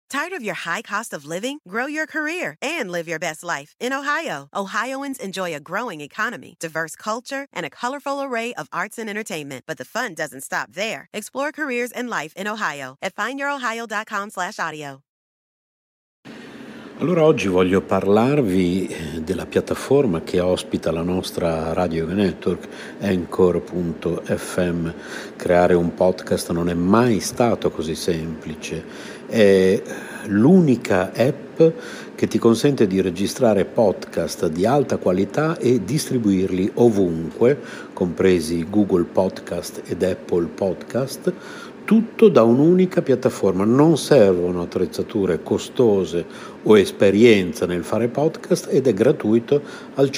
Tired of your high cost of living? Grow your career and live your best life in Ohio. Ohioans enjoy a growing economy, diverse culture, and a colorful array of arts and entertainment. But the fun doesn't stop there. Explore careers and life in Ohio at findyourohio.com/audio. Allora oggi voglio parlarvi della piattaforma che ospita la nostra Radio Network, Anchor.fm. Creare un podcast non è mai stato così semplice. È l'unica app che ti consente di registrare podcast di alta qualità e distribuirli ovunque, compresi Google Podcast ed Apple Podcast, tutto da un'unica piattaforma. Non servono attrezzature costose o esperienza nel fare podcast ed è gratuito al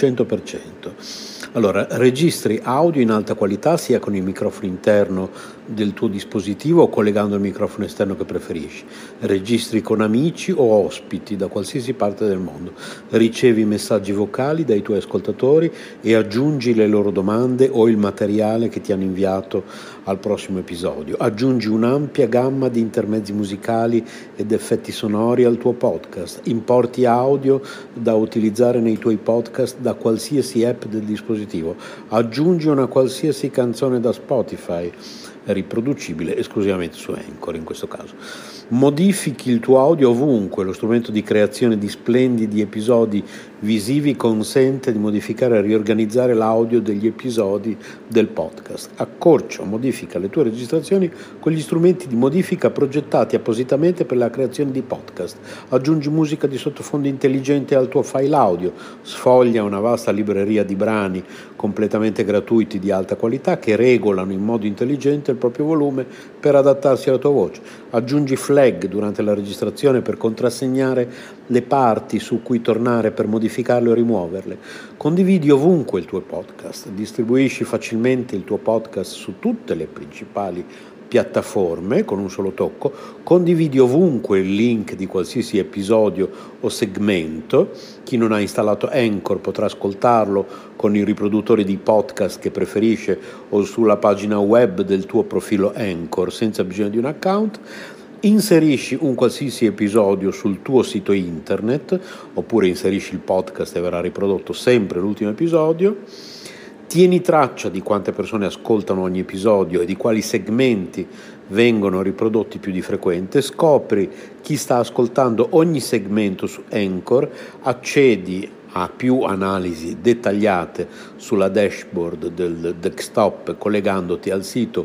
100%. Allora, registri audio in alta qualità sia con il microfono interno del tuo dispositivo o collegando il microfono esterno che preferisci. Registri con amici o ospiti da qualsiasi parte del mondo. Ricevi messaggi vocali dai tuoi ascoltatori e aggiungi le loro domande o il materiale che ti hanno inviato al prossimo episodio. Aggiungi un'ampia gamma di intermezzi musicali ed effetti sonori al tuo podcast. Importi audio da utilizzare nei tuoi podcast da qualsiasi app del dispositivo. Aggiungi una qualsiasi canzone da Spotify, riproducibile esclusivamente su Anchor in questo caso. Modifichi il tuo audio ovunque. Lo strumento di creazione di splendidi episodi visivi consente di modificare e riorganizzare l'audio degli episodi del podcast. Accorcia o modifica le tue registrazioni con gli strumenti di modifica progettati appositamente per la creazione di podcast. Aggiungi musica di sottofondo intelligente al tuo file audio. Sfoglia una vasta libreria di brani completamente gratuiti di alta qualità che regolano in modo intelligente il proprio volume per adattarsi alla tua voce. Aggiungi flag durante la registrazione per contrassegnare le parti su cui tornare per modificarle o rimuoverle. Condividi ovunque il tuo podcast. Distribuisci facilmente il tuo podcast su tutte le principali piattaforme con un solo tocco. Condividi ovunque il link di qualsiasi episodio o segmento. Chi non ha installato Anchor potrà ascoltarlo con i riproduttori di podcast che preferisce o sulla pagina web del tuo profilo Anchor senza bisogno di un account. Inserisci un qualsiasi episodio sul tuo sito internet oppure inserisci il podcast e verrà riprodotto sempre l'ultimo episodio. Tieni traccia di quante persone ascoltano ogni episodio e di quali segmenti vengono riprodotti più di frequente. Scopri chi sta ascoltando ogni segmento su Anchor, accedi a più analisi dettagliate sulla dashboard del desktop collegandoti al sito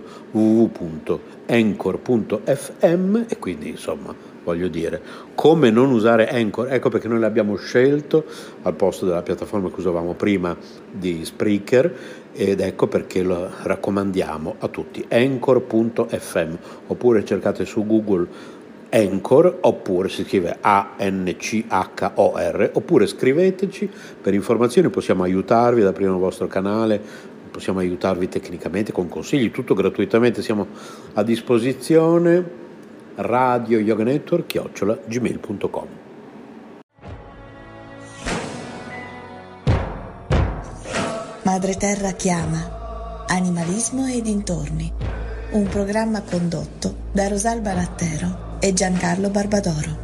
www.anchor.fm e quindi insomma voglio dire come non usare Anchor. Ecco perché noi l'abbiamo scelto al posto della piattaforma che usavamo prima di Spreaker ed ecco perché lo raccomandiamo a tutti. Anchor.fm oppure cercate su Google Anchor oppure si scrive ANCHOR oppure scriveteci per informazioni, possiamo aiutarvi ad aprire un vostro canale, possiamo aiutarvi tecnicamente con consigli, tutto gratuitamente, siamo a disposizione. Radio Yoga Network @gmail.com. Madre Terra chiama, animalismo e dintorni, un programma condotto da Rosalba Lattero e Giancarlo Barbadoro.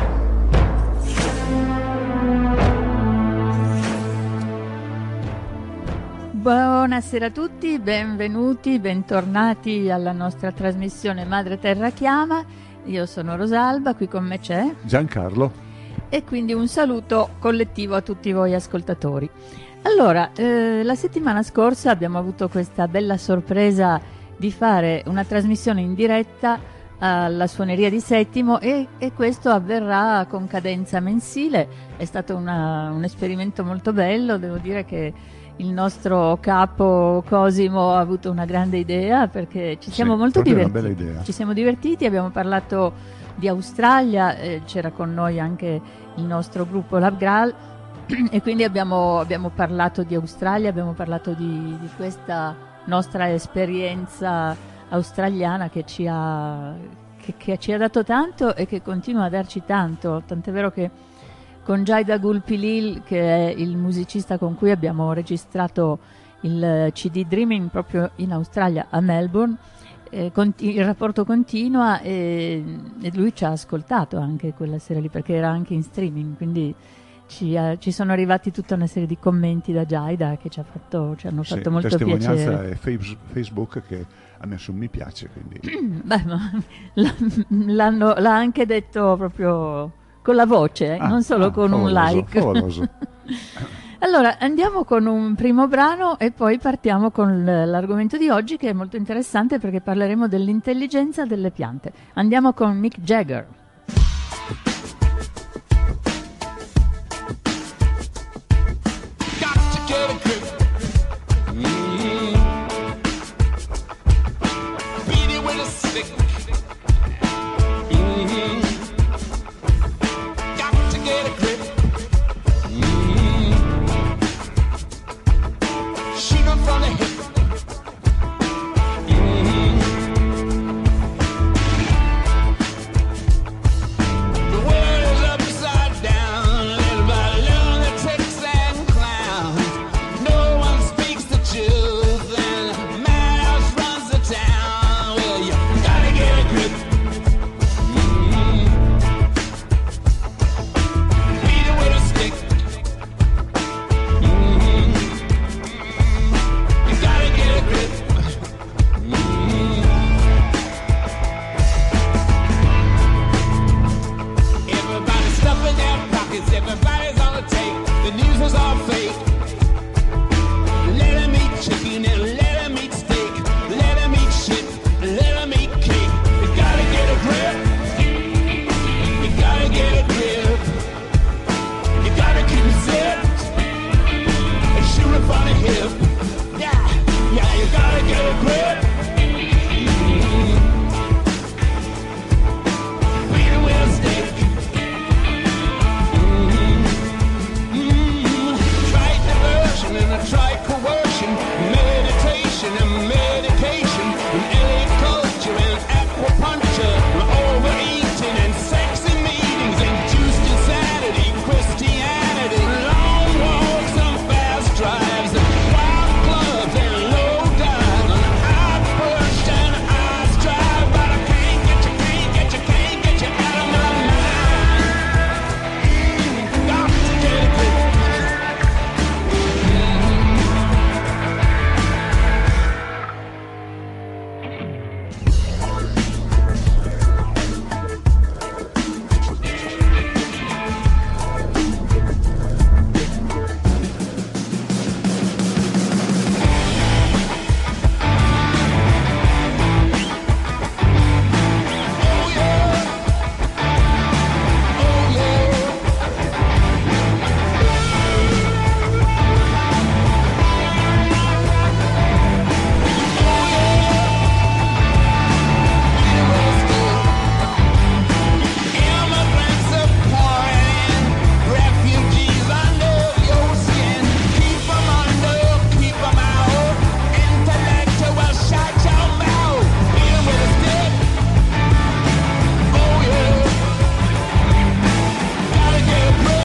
Buonasera a tutti, benvenuti, bentornati alla nostra trasmissione Madre Terra Chiama. Io sono Rosalba, qui con me c'è Giancarlo e quindi un saluto collettivo a tutti voi ascoltatori. Allora, la settimana scorsa abbiamo avuto questa bella sorpresa di fare una trasmissione in diretta alla Suoneria di Settimo e questo avverrà con cadenza mensile. È stato un esperimento molto bello, devo dire che il nostro capo Cosimo ha avuto una grande idea perché ci siamo molto divertiti. Una bella idea. Ci siamo divertiti, abbiamo parlato di Australia, c'era con noi anche il nostro gruppo Lab Graal e quindi abbiamo parlato di Australia, abbiamo parlato di questa nostra esperienza australiana che ci ha dato tanto e che continua a darci tanto, tant'è vero che con Jaida Gulpilil, che è il musicista con cui abbiamo registrato il CD Dreaming proprio in Australia, a Melbourne, il rapporto continua e lui ci ha ascoltato anche quella sera lì, perché era anche in streaming, quindi ci sono arrivati tutta una serie di commenti da Giaida che ci hanno fatto molto testimonianza piacere. È Facebook che ha messo un mi piace, quindi. Beh, ma l'ha anche detto proprio con la voce, non solo con un like. Favoloso. Allora, andiamo con un primo brano e poi partiamo con l'argomento di oggi, che è molto interessante perché parleremo dell'intelligenza delle piante. Andiamo con Mick Jagger.